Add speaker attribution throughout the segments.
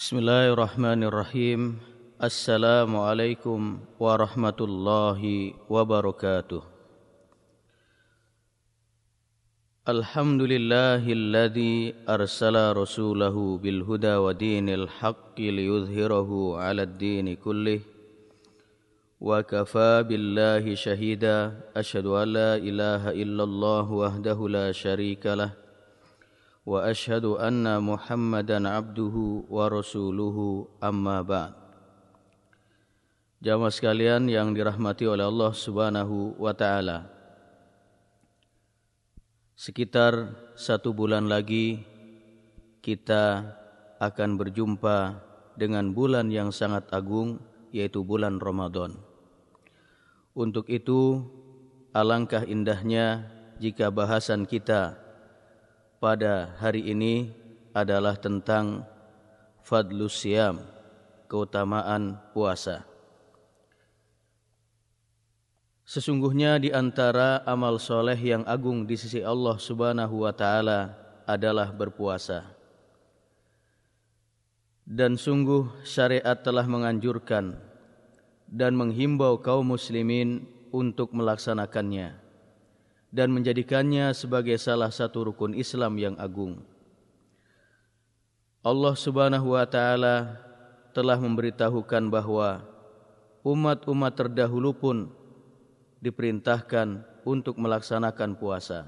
Speaker 1: Bismillahirrahmanirrahim. Assalamualaikum warahmatullahi wabarakatuh. Alhamdulillahilladzi arsala rasulahu bil huda wa dinil haqqi liyudhhirahu 'alad dini kullih. Wa kafaa billahi shahida. Asyhadu an la ilaha illallah wahdahu la syarikalah. Wa asyhadu anna Muhammadan abduhu wa rasuluhu amma ba'd. Jamaah sekalian yang dirahmati oleh Allah Subhanahu wa taala. Sekitar 1 bulan lagi kita akan berjumpa dengan bulan yang sangat agung, yaitu bulan Ramadan. Untuk itu alangkah indahnya jika bahasan kita pada hari ini adalah tentang fadlus siyam, keutamaan puasa. Sesungguhnya di antara amal soleh yang agung di sisi Allah Subhanahu wa taala adalah berpuasa. Dan sungguh syariat telah menganjurkan dan menghimbau kaum muslimin untuk melaksanakannya dan menjadikannya sebagai salah satu rukun Islam yang agung. Allah Subhanahu wa taala telah memberitahukan bahwa umat-umat terdahulu pun diperintahkan untuk melaksanakan puasa.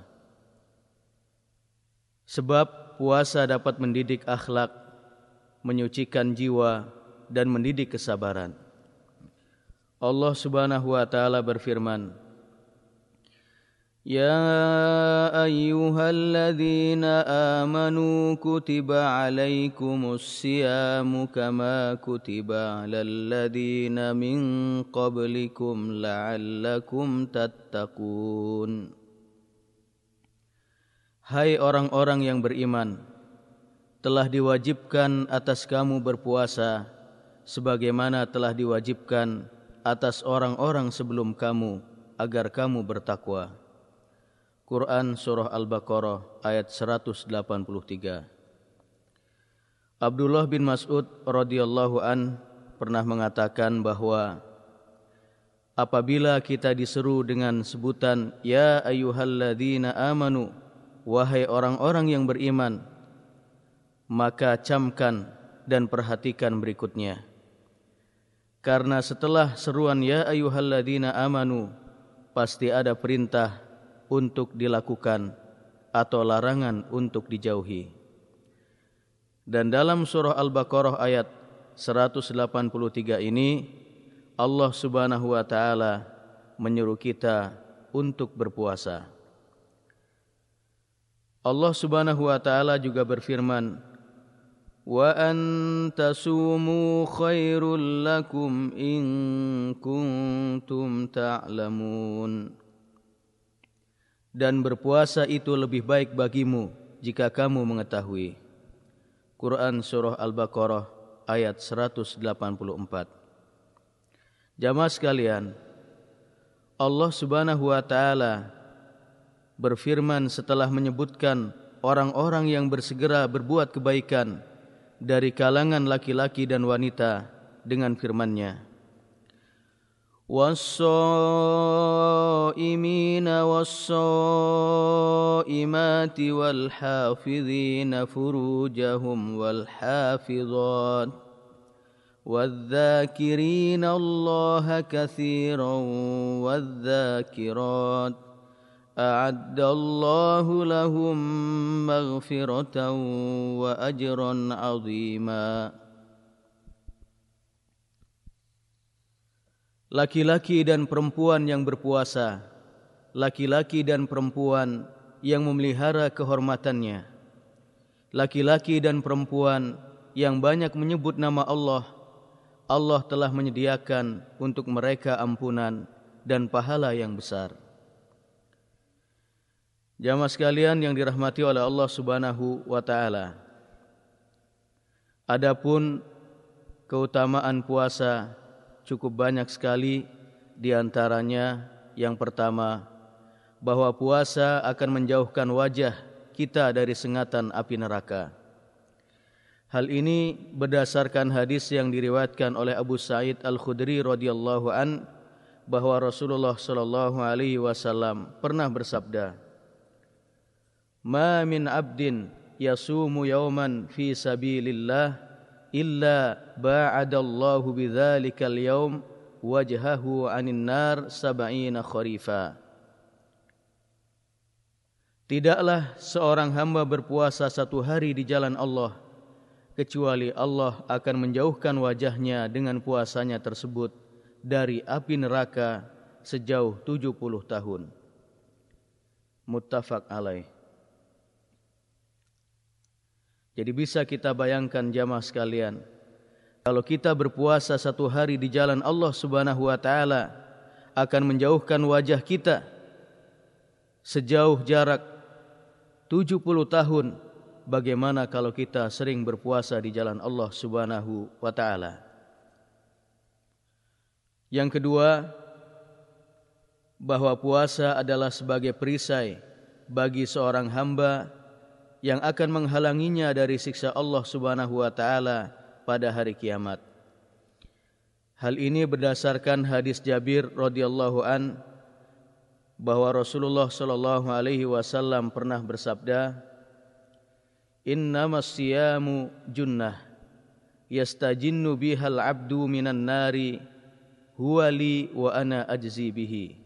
Speaker 1: Sebab puasa dapat mendidik akhlak, menyucikan jiwa, dan mendidik kesabaran. Allah Subhanahu wa taala berfirman, Ya ayyuhalladzina amanu kutiba alaikumus siyamu kama kutiba alal ladzina min qablikum la'allakum tattaqun. Hai orang-orang yang beriman, telah diwajibkan atas kamu berpuasa sebagaimana telah diwajibkan atas orang-orang sebelum kamu agar kamu bertakwa. Quran Surah Al-Baqarah ayat 183. Abdullah bin Mas'ud radhiyallahu an pernah mengatakan bahwa apabila kita diseru dengan sebutan Ya ayyuhalladzina amanu, wahai orang-orang yang beriman, maka camkan dan perhatikan berikutnya. Karena setelah seruan Ya ayyuhalladzina amanu, pasti ada perintah untuk dilakukan atau larangan untuk dijauhi. Dan dalam surah Al-Baqarah ayat 183 ini Allah Subhanahu wa taala menyuruh kita untuk berpuasa. Allah Subhanahu wa taala juga berfirman, Wa antasumu khairul lakum in kuntum ta'lamun. Dan berpuasa itu lebih baik bagimu jika kamu mengetahui. Quran Surah Al-Baqarah ayat 184. Jamaah sekalian, Allah Subhanahu wa taala berfirman setelah menyebutkan orang-orang yang bersegera berbuat kebaikan dari kalangan laki-laki dan wanita dengan firman-Nya, وَالصَّائِمِينَ وَالصَّائِمَاتِ وَالْحَافِظِينَ فُرُوجَهُمْ وَالْحَافِظَاتِ وَالذَّاكِرِينَ اللَّهَ كَثِيرًا وَالذَّاكِرَاتِ أَعَدَّ اللَّهُ لَهُم مَّغْفِرَةً وَأَجْرًا عَظِيمًا. Laki-laki dan perempuan yang berpuasa, laki-laki dan perempuan yang memelihara kehormatannya, laki-laki dan perempuan yang banyak menyebut nama Allah, Allah telah menyediakan untuk mereka ampunan dan pahala yang besar. Jamaah sekalian yang dirahmati oleh Allah Subhanahu wa taala, adapun keutamaan puasa cukup banyak sekali, di antaranya yang pertama, bahwa puasa akan menjauhkan wajah kita dari sengatan api neraka. Hal ini berdasarkan hadis yang diriwayatkan oleh Abu Sa'id Al-Khudri radhiyallahu an bahwa Rasulullah sallallahu alaihi wasallam pernah bersabda, "Ma min 'abdin yasumu yawman fi sabilillah illa ba'adallahu bidzalikal yaum wajhahu 'anil nar 70 kharifa." Tidaklah seorang hamba berpuasa satu hari di jalan Allah kecuali Allah akan menjauhkan wajahnya dengan puasanya tersebut dari api neraka sejauh 70 tahun. Muttafaq alaih. Jadi bisa kita bayangkan jamaah sekalian, kalau kita berpuasa satu hari di jalan Allah Subhanahu wa taala akan menjauhkan wajah kita sejauh jarak 70 tahun. Bagaimana kalau kita sering berpuasa di jalan Allah Subhanahu wa taala? Yang kedua, bahwa puasa adalah sebagai perisai bagi seorang hamba yang akan menghalanginya dari siksa Allah Subhanahu wa taala pada hari kiamat. Hal ini berdasarkan hadis Jabir radhiyallahu an bahwa Rasulullah sallallahu alaihi wasallam pernah bersabda, "Innamas siyamu junnah yastajinnu bihal abdu minan nari huwa li wa ana ajzi bihi."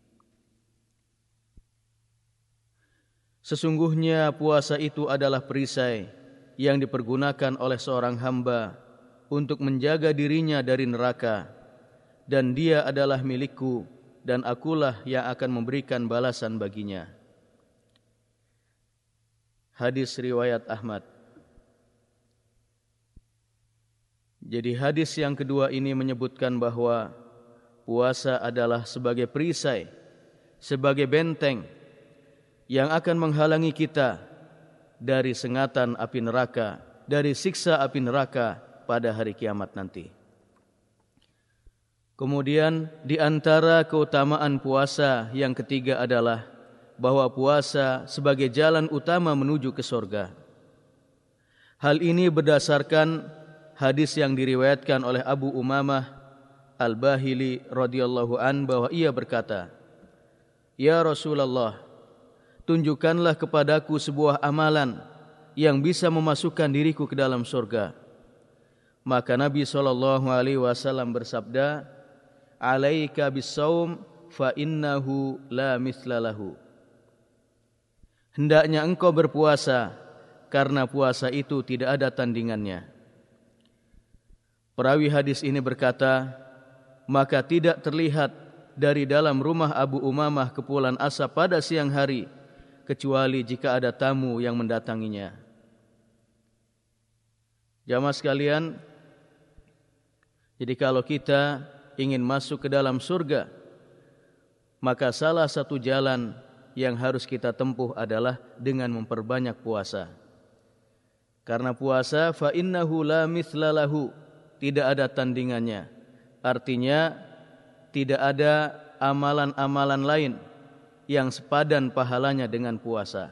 Speaker 1: Sesungguhnya puasa itu adalah perisai yang dipergunakan oleh seorang hamba untuk menjaga dirinya dari neraka, dan dia adalah milikku dan akulah yang akan memberikan balasan baginya. Hadis riwayat Ahmad. Jadi hadis yang kedua ini menyebutkan bahwa puasa adalah sebagai perisai, sebagai benteng yang akan menghalangi kita dari sengatan api neraka, dari siksa api neraka pada hari kiamat nanti. Kemudian di antara keutamaan puasa yang ketiga adalah bahwa puasa sebagai jalan utama menuju ke surga. Hal ini berdasarkan hadis yang diriwayatkan oleh Abu Umamah Al-Bahili radhiyallahu an bahwa ia berkata, "Ya Rasulullah, tunjukkanlah kepadaku sebuah amalan yang bisa memasukkan diriku ke dalam surga." Maka Nabi SAW bersabda, "Alaika bis-shaum fa innahu la mithla lahu." Hendaknya engkau berpuasa karena puasa itu tidak ada tandingannya. Perawi hadis ini berkata, maka tidak terlihat dari dalam rumah Abu Umamah kepulan asap pada siang hari kecuali jika ada tamu yang mendatanginya. Jamaah sekalian, jadi kalau kita ingin masuk ke dalam surga, maka salah satu jalan yang harus kita tempuh adalah dengan memperbanyak puasa. Karena puasa fa innahu la mithla lahu, tidak ada tandingannya. Artinya tidak ada amalan-amalan lain yang sepadan pahalanya dengan puasa.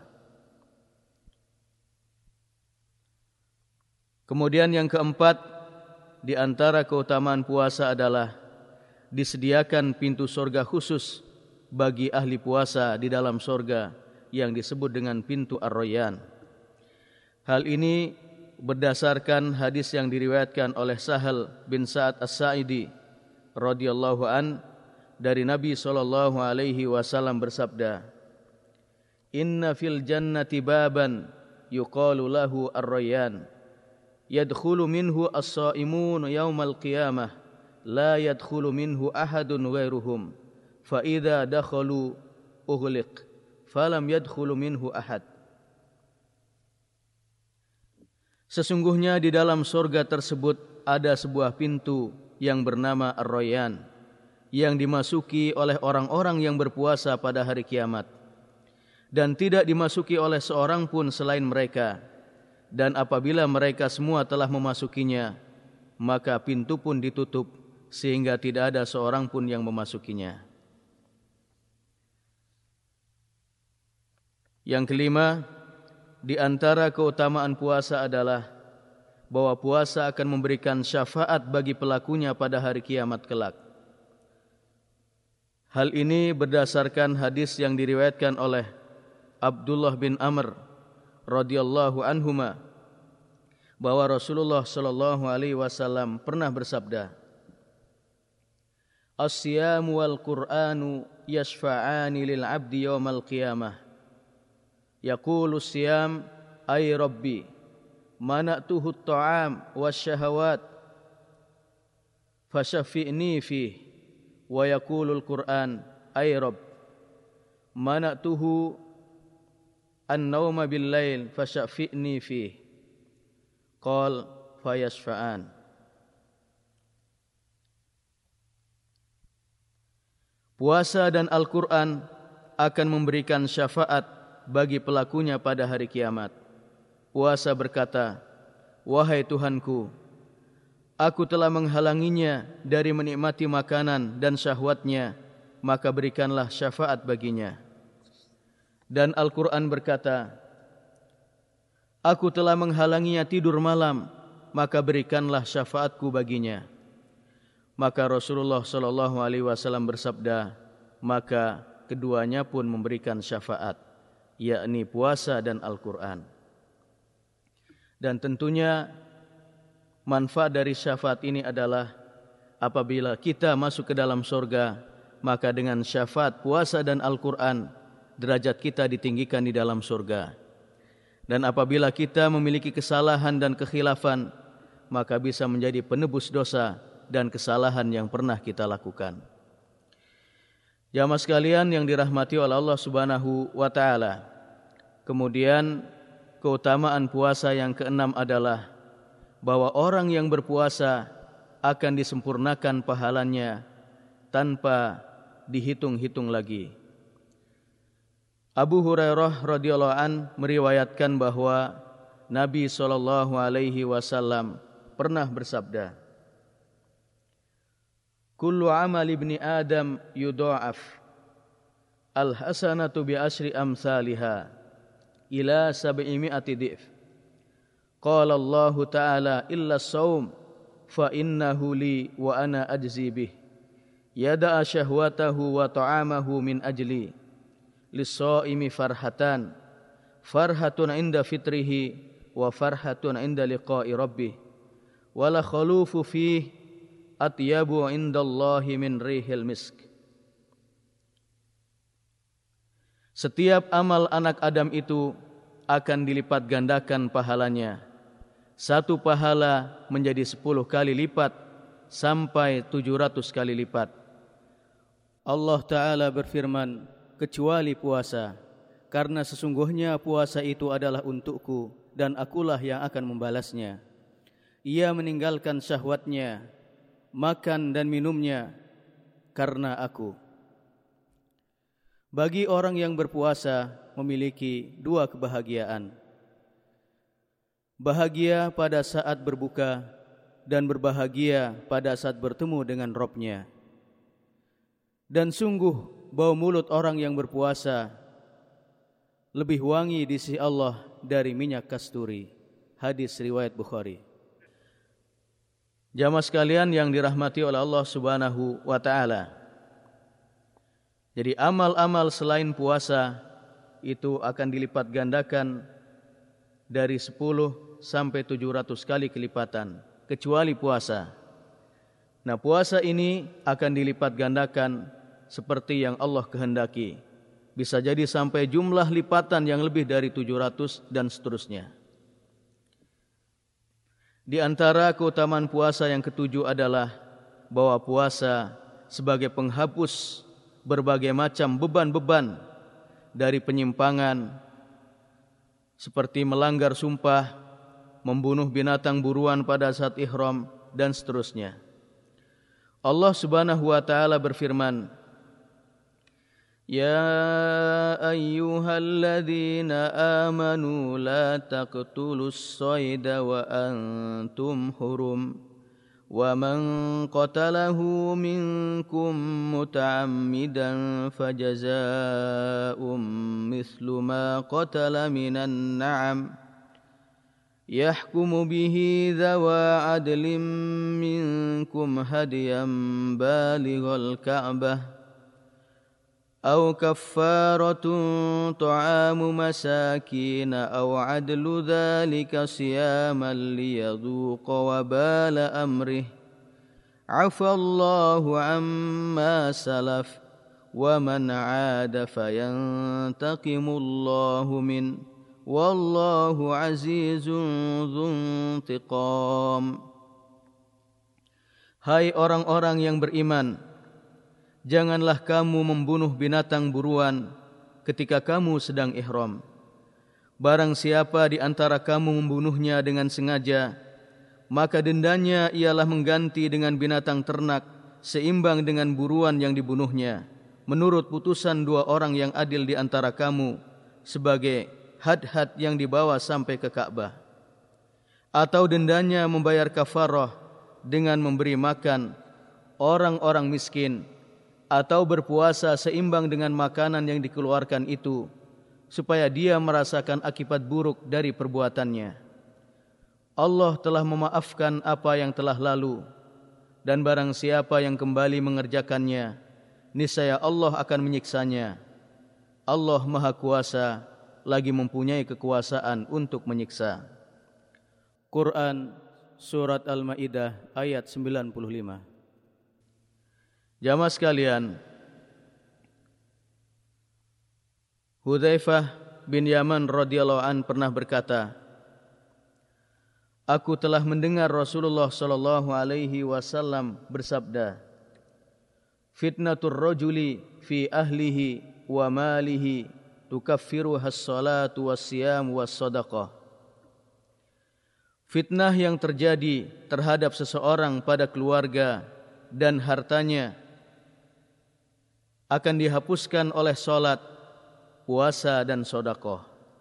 Speaker 1: Kemudian yang keempat, di antara keutamaan puasa adalah disediakan pintu surga khusus bagi ahli puasa di dalam surga yang disebut dengan pintu Ar-Rayyan. Hal ini berdasarkan hadis yang diriwayatkan oleh Sahal bin Sa'ad As-Sa'idi radhiyallahu an dari Nabi sallallahu alaihi wasallam bersabda, "Inna fil jannati baban yuqalu lahu Ar-Rayyan, yadkhulu minhu as-sha'imun yaumal qiyamah, la yadkhulu minhu ahadun ghairuhum. Fa idza dakhalu ughliq falam yadkhulu minhu ahad." Sesungguhnya di dalam surga tersebut ada sebuah pintu yang bernama Ar-Rayyan yang dimasuki oleh orang-orang yang berpuasa pada hari kiamat dan tidak dimasuki oleh seorang pun selain mereka, dan apabila mereka semua telah memasukinya maka pintu pun ditutup sehingga tidak ada seorang pun yang memasukinya. Yang kelima, di antara keutamaan puasa adalah bahwa puasa akan memberikan syafaat bagi pelakunya pada hari kiamat kelak. Hal ini berdasarkan hadis yang diriwayatkan oleh Abdullah bin Amr radhiyallahu anhuma bahwa Rasulullah sallallahu alaihi wasallam pernah bersabda, "As-siyamu wal Qur'anu yashfa'ani lil 'abdi yaumal qiyamah." Yaqulu as-siyam ay rabbi mana'tuhu at-ta'am wasyahawat fashaffi'ni fih, wa yaqulu al-Qur'an ay rabb mana'tuhu an-nawma bil-lail fashaffi'ni fih, qal fayashfa'an. Puasa dan Al-Quran akan memberikan syafaat bagi pelakunya pada hari kiamat. Puasa berkata, "Wahai Tuhanku, aku telah menghalanginya dari menikmati makanan dan syahwatnya, maka berikanlah syafaat baginya." Dan Al-Quran berkata, "Aku telah menghalanginya tidur malam, maka berikanlah syafaatku baginya." Maka Rasulullah SAW bersabda, maka keduanya pun memberikan syafaat, yakni puasa dan Al-Quran. Dan tentunya manfaat dari syafaat ini adalah apabila kita masuk ke dalam surga, maka dengan syafaat puasa dan Al-Quran derajat kita ditinggikan di dalam surga. Dan apabila kita memiliki kesalahan dan kekhilafan, maka bisa menjadi penebus dosa dan kesalahan yang pernah kita lakukan. Jamaah sekalian yang dirahmati oleh Allah Subhanahu wa taala. Kemudian keutamaan puasa yang keenam adalah bahwa orang yang berpuasa akan disempurnakan pahalanya tanpa dihitung-hitung lagi. Abu Hurairah radhiyallahu an meriwayatkan bahwa Nabi sallallahu alaihi wasallam pernah bersabda, "Kullu amal ibni Adam yudha'af, al-hasanatu bi asyri amsalha ila 700 dhif. Qala Allah Ta'ala illa as-saum fa innahu li wa ana ajzi bih. Yada'a syahwatahu wa ta'amahu min ajli. Lis-shaimi farhatan, farhatun 'inda fitrihi wa farhatun 'inda liqa'i rabbih. Wala khalufu fihi atyabu 'indallahi min rihil misk." Setiap amal anak Adam itu akan dilipat gandakan pahalanya. Satu pahala menjadi 10 kali lipat sampai 700 kali lipat. Allah Ta'ala berfirman, "Kecuali puasa, karena sesungguhnya puasa itu adalah untukku dan akulah yang akan membalasnya." Ia meninggalkan syahwatnya, makan dan minumnya karena aku. Bagi orang yang berpuasa memiliki dua kebahagiaan. Bahagia pada saat berbuka dan berbahagia pada saat bertemu dengan Rabb-Nya. Dan sungguh bau mulut orang yang berpuasa lebih wangi di sisi Allah dari minyak kasturi. Hadis riwayat Bukhari. Jamaah sekalian yang dirahmati oleh Allah Subhanahu wa taala. Jadi amal-amal selain puasa itu akan dilipat gandakan dari 10 sampai 700 kali kelipatan, kecuali puasa. Nah, puasa ini akan dilipat gandakan seperti yang Allah kehendaki. Bisa jadi sampai jumlah lipatan yang lebih dari 700 dan seterusnya. Di antara keutamaan puasa yang ketujuh adalah bahwa puasa sebagai penghapus berbagai macam beban-beban dari penyimpangan seperti melanggar sumpah, membunuh binatang buruan pada saat ihram dan seterusnya. Allah Subhanahu wa taala berfirman, "Ya ayyuhalladzina amanu la taqtulus shayda wa antum hurum. وَمَنْ قَتَلَهُ مِنْكُمْ مُتَعَمِّدًا فَجَزَاءٌ مِثْلُ مَا قَتَلَ مِنَ النَّعَمِ يحكم به ذوى عدل منكم هديا بالغ الكعبة أو كفارة طعام مساكين أو عدل ذلك صياما ليذوق وبال أمره عفى الله عما سلف ومن عاد فينتقم الله منه Wallahu azizun dzuntiqam. Hai orang-orang yang beriman, janganlah kamu membunuh binatang buruan ketika kamu sedang ihram. Barang siapa di antara kamu membunuhnya dengan sengaja, maka dendanya ialah mengganti dengan binatang ternak seimbang dengan buruan yang dibunuhnya, menurut putusan dua orang yang adil di antara kamu, sebagai had-had yang dibawa sampai ke Ka'bah. Atau dendanya membayar kafarah dengan memberi makan orang-orang miskin, atau berpuasa seimbang dengan makanan yang dikeluarkan itu, supaya dia merasakan akibat buruk dari perbuatannya. Allah telah memaafkan apa yang telah lalu, dan barang siapa yang kembali mengerjakannya, niscaya Allah akan menyiksanya. Allah Maha Kuasa, lagi mempunyai kekuasaan untuk menyiksa. Quran Surat Al-Ma'idah ayat 95. Jamaah sekalian, Hudzaifah bin Yaman radhiyallahu an pernah berkata, aku telah mendengar Rasulullah sallallahu alaihi wasallam bersabda, fitnatur rajuli fi ahlihi wa malihi tukaffiruha as-salatu was-siyam was-sadaqah. Fitnah yang terjadi terhadap seseorang pada keluarga dan hartanya akan dihapuskan oleh salat, puasa dan sedekah.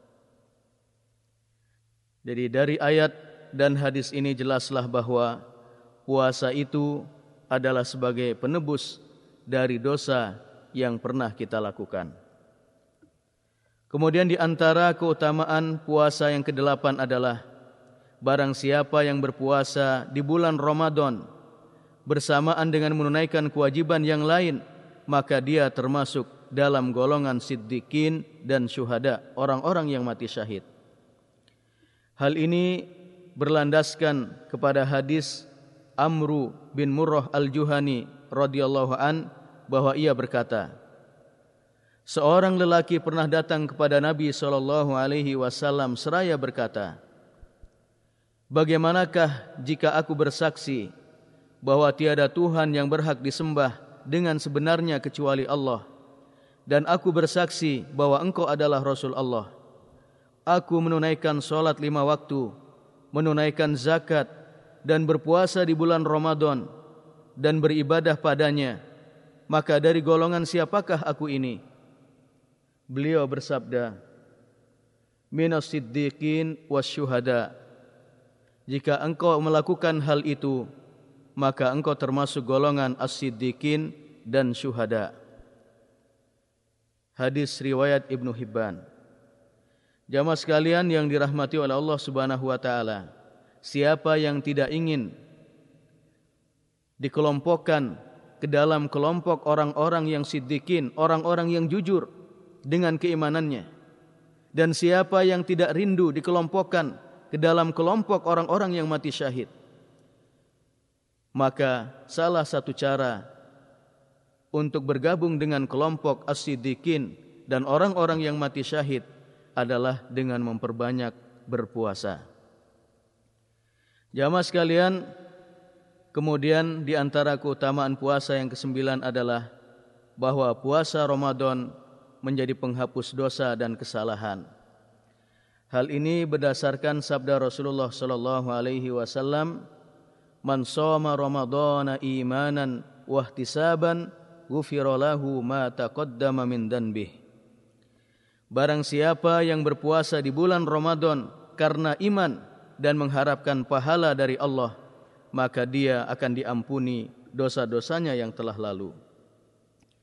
Speaker 1: Jadi dari ayat dan hadis ini jelaslah bahwa puasa itu adalah sebagai penebus dari dosa yang pernah kita lakukan. Kemudian di antara keutamaan puasa yang ke-8 adalah barang siapa yang berpuasa di bulan Ramadan bersamaan dengan menunaikan kewajiban yang lain, maka dia termasuk dalam golongan siddiqin dan syuhada, orang-orang yang mati syahid. Hal ini berlandaskan kepada hadis Amru bin Murrah al-Juhani radhiyallahu an bahwa ia berkata, seorang lelaki pernah datang kepada Nabi SAW seraya berkata, bagaimanakah jika aku bersaksi bahwa tiada Tuhan yang berhak disembah dengan sebenarnya kecuali Allah, dan aku bersaksi bahwa engkau adalah Rasul Allah. Aku menunaikan salat 5 waktu, menunaikan zakat, dan berpuasa di bulan Ramadan, dan beribadah padanya. Maka dari golongan siapakah aku ini? Beliau bersabda, minas siddiqin wasyuhada. Jika engkau melakukan hal itu, maka engkau termasuk golongan as-siddiqin dan syuhada. Hadis riwayat Ibnu Hibban. Jamaah sekalian yang dirahmati oleh Allah Subhanahu wa taala, siapa yang tidak ingin dikelompokkan ke dalam kelompok orang-orang yang siddiqin, orang-orang yang jujur dengan keimanannya, dan siapa yang tidak rindu dikelompokkan ke dalam kelompok orang-orang yang mati syahid, maka salah satu cara untuk bergabung dengan kelompok as-siddiqin dan orang-orang yang mati syahid adalah dengan memperbanyak berpuasa. Jamaah sekalian, kemudian di antara keutamaan puasa yang ke-9 adalah bahwa puasa Ramadan menjadi penghapus dosa dan kesalahan. Hal ini berdasarkan sabda Rasulullah sallallahu alaihi wasallam, man shoma ramadhana imanan wa ihtisaban ghufira lahu ma taqaddama min dhanbih. Barang siapa yang berpuasa di bulan Ramadan karena iman dan mengharapkan pahala dari Allah, maka dia akan diampuni dosa-dosanya yang telah lalu.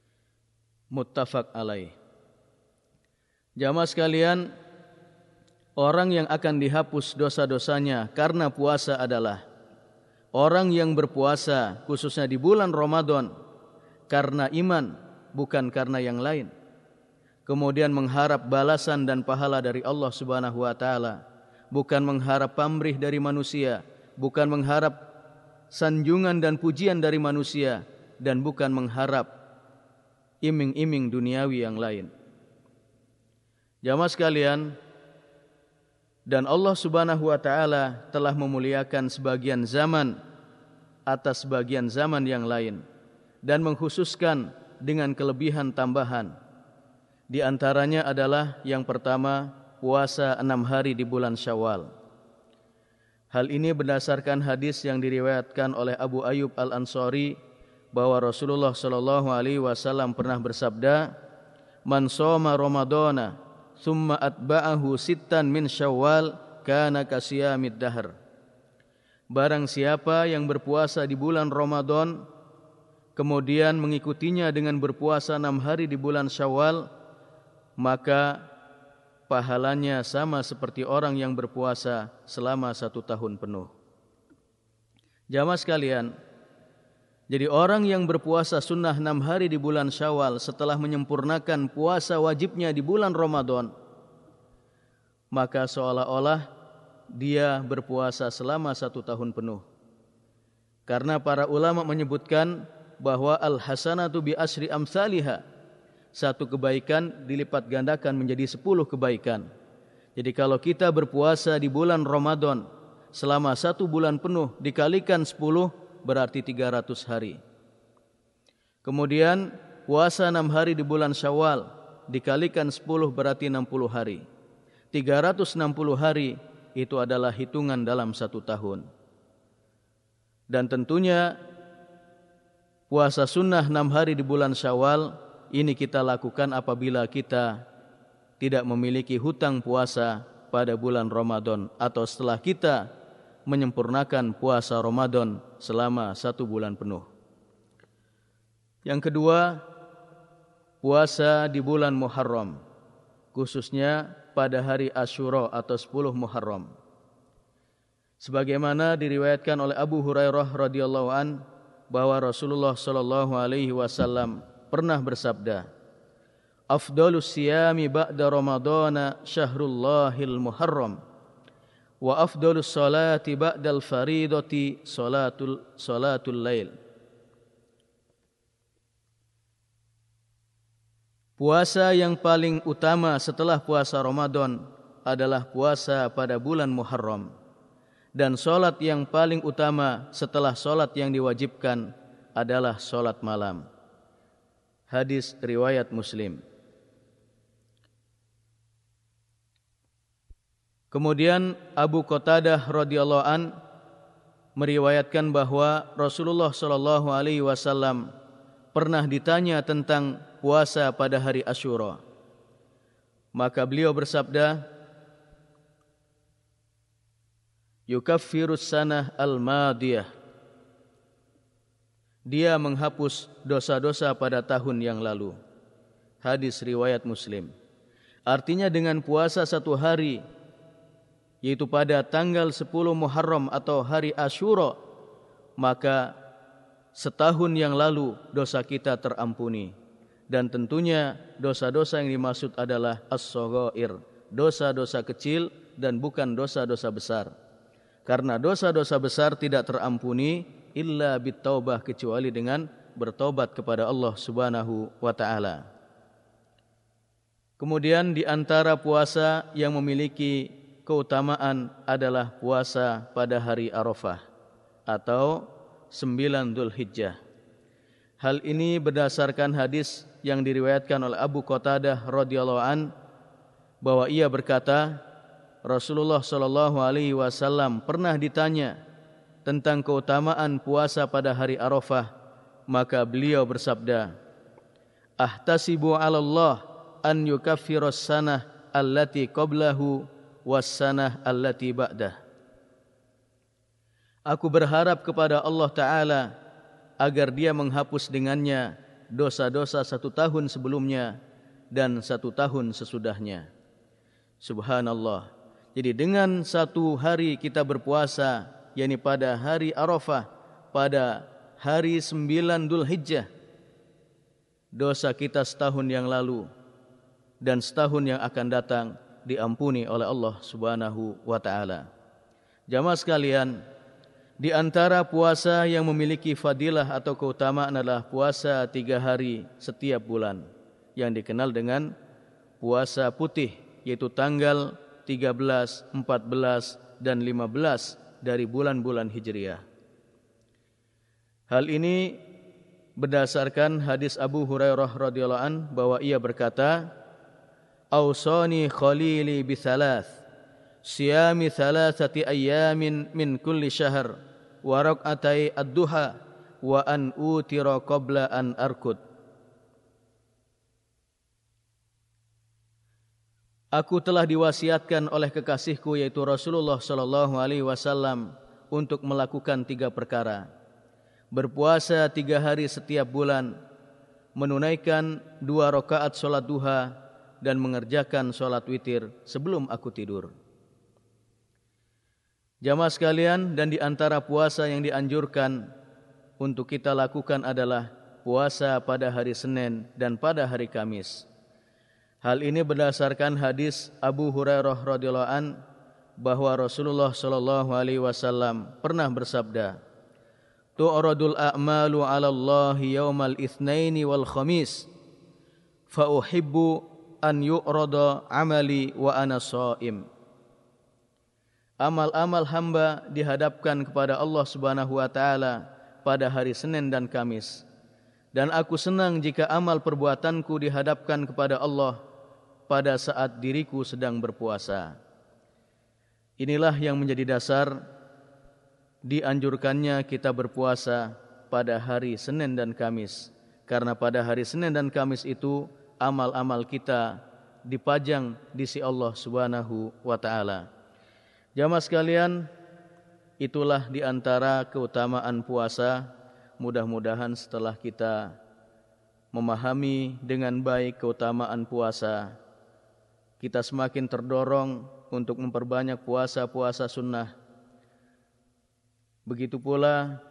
Speaker 1: Muttafaq alaih. Jamaah sekalian, orang yang akan dihapus dosa-dosanya karena puasa adalah orang yang berpuasa khususnya di bulan Ramadan karena iman, bukan karena yang lain. Kemudian mengharap balasan dan pahala dari Allah Subhanahu wa taala, bukan mengharap pamrih dari manusia, bukan mengharap sanjungan dan pujian dari manusia, dan bukan mengharap iming-iming duniawi yang lain. Jamaah sekalian, dan Allah Subhanahu wa taala telah memuliakan sebagian zaman atas sebagian zaman yang lain dan mengkhususkan dengan kelebihan tambahan. Di antaranya adalah yang pertama, puasa 6 hari di bulan Syawal. Hal ini berdasarkan hadis yang diriwayatkan oleh Abu Ayyub Al-Ansari bahwa Rasulullah sallallahu alaihi wasallam pernah bersabda, "Man shoma Ramadana summa atba'ahu sittan min Syawal kana kasiyamid dahr." Barang siapa yang berpuasa di bulan Ramadan kemudian mengikutinya dengan berpuasa 6 hari di bulan Syawal, maka pahalanya sama seperti orang yang berpuasa selama 1 tahun penuh. Jamaah sekalian, jadi orang yang berpuasa sunnah 6 hari di bulan Syawal setelah menyempurnakan puasa wajibnya di bulan Ramadan, maka seolah-olah dia berpuasa selama 1 tahun penuh. Karena para ulama menyebutkan bahwa al-hasanatu bi asyri amsalihha, satu kebaikan dilipat gandakan menjadi 10 kebaikan. Jadi kalau kita berpuasa di bulan Ramadan selama 1 bulan penuh dikalikan 10 berarti 300 hari. Kemudian puasa 6 hari di bulan Syawal dikalikan 10 berarti 60 hari. 360 hari itu adalah hitungan dalam 1 tahun. Dan tentunya puasa sunnah 6 hari di bulan Syawal ini kita lakukan apabila kita tidak memiliki hutang puasa pada bulan Ramadan atau setelah kita menyempurnakan puasa Ramadan selama 1 bulan penuh. Yang kedua, puasa di bulan Muharram, khususnya pada hari Asyura atau 10 Muharram. Sebagaimana diriwayatkan oleh Abu Hurairah radhiyallahu an bahwa Rasulullah sallallahu alaihi wasallam pernah bersabda, "Afdhalus siyami ba'da Ramadana syahrullahil Muharram, wa afdhalus salati ba'dal faridati salatul lail." Puasa yang paling utama setelah puasa Ramadan adalah puasa pada bulan Muharram, dan solat yang paling utama setelah solat yang diwajibkan adalah solat malam. Hadis riwayat Muslim. Kemudian Abu Qatadah radhiyallahu an meriwayatkan bahwa Rasulullah sallallahu alaihi wasallam pernah ditanya tentang puasa pada hari Asyura. Maka beliau bersabda, "Yukaffirus sanah al-madiyah." Dia menghapus dosa-dosa pada tahun yang lalu. Hadis riwayat Muslim. Artinya dengan puasa 1 hari, yaitu pada tanggal 10 Muharram atau hari Asyura, maka setahun yang lalu dosa kita terampuni. Dan tentunya dosa-dosa yang dimaksud adalah as-shaghair, dosa-dosa kecil dan bukan dosa-dosa besar. Karena dosa-dosa besar tidak terampuni illa bitaubah, kecuali dengan bertobat kepada Allah Subhanahu wa taala. Kemudian di antara puasa yang memiliki keutamaan adalah puasa pada hari Arafah atau 9 Dzulhijjah. Hal ini berdasarkan hadis yang diriwayatkan oleh Abu Qatadah radhiyallahu an bahwa ia berkata, Rasulullah sallallahu alaihi wasallam pernah ditanya tentang keutamaan puasa pada hari Arafah, maka beliau bersabda, "Ahtasibu 'ala Allah an yukaffiras sanah allati qablahu was sanah allati ba'dah." Aku berharap kepada Allah Ta'ala agar Dia menghapus dengannya dosa-dosa 1 tahun sebelumnya dan 1 tahun sesudahnya. Subhanallah. Jadi dengan satu hari kita berpuasa, yakni pada hari Arafah, pada hari 9 Dzulhijjah, dosa kita setahun yang lalu dan setahun yang akan datang diampuni oleh Allah Subhanahu wa taala. Jamaah sekalian, di antara puasa yang memiliki fadilah atau keutamaan adalah puasa 3 hari setiap bulan yang dikenal dengan puasa putih, yaitu tanggal 13, 14, dan 15 dari bulan-bulan Hijriah. Hal ini berdasarkan hadis Abu Hurairah radhiyallahu an bahwa ia berkata, "Ausani khalili bi thalath, siyami thalathati ayyamin min kulli syahr, wa rak'atai ad-duha, wa an utira qabla an arkud." Aku telah diwasiatkan oleh kekasihku yaitu Rasulullah sallallahu alaihi wasallam untuk melakukan 3 perkara. Berpuasa 3 hari setiap bulan, menunaikan 2 rakaat salat duha, dan mengerjakan salat witir sebelum aku tidur. Jamaah sekalian, dan di antara puasa yang dianjurkan untuk kita lakukan adalah puasa pada hari Senin dan pada hari Kamis. Hal ini berdasarkan hadis Abu Hurairah radhiyallahu an bahwa Rasulullah sallallahu alaihi wasallam pernah bersabda, "Tu'radul a'malu 'ala Allah yaumal itsnaini wal khamis, fa uhibbu an yu'rada 'amali wa ana shaim." Amal-amal hamba dihadapkan kepada Allah Subhanahu wa taala pada hari Senin dan Kamis. Dan aku senang jika amal perbuatanku dihadapkan kepada Allah pada saat diriku sedang berpuasa. Inilah yang menjadi dasar dianjurkannya kita berpuasa pada hari Senin dan Kamis. Karena pada hari Senin dan Kamis itu amal-amal kita dipajang di sisi Allah Subhanahu wa taala. Jamaah sekalian, itulah di antara keutamaan puasa. Mudah-mudahan setelah kita memahami dengan baik keutamaan puasa, kita semakin terdorong untuk memperbanyak puasa-puasa sunnah. Begitu pula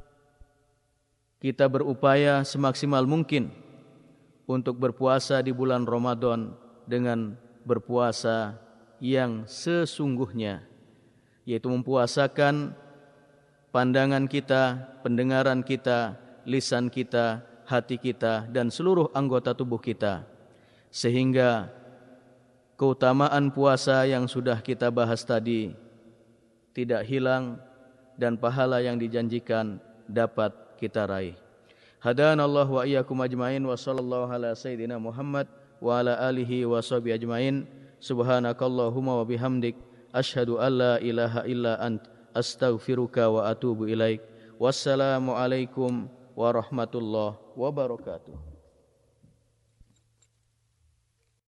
Speaker 1: kita berupaya semaksimal mungkin untuk berpuasa di bulan Ramadan dengan berpuasa yang sesungguhnya, yaitu mempuasakan pandangan kita, pendengaran kita, lisan kita, hati kita, dan seluruh anggota tubuh kita, sehingga keutamaan puasa yang sudah kita bahas tadi tidak hilang dan pahala yang dijanjikan dapat kita raih. Hadanallahu wa iyyakum ajmain wa sallallahu ala sayyidina Muhammad wa ala alihi wa sahbihi ajmain. Subhanakallahumma wa bihamdik asyhadu an la ilaha illa ant astaghfiruka wa atubu ilaik. Wassalamu alaikum warahmatullahi wabarakatuh.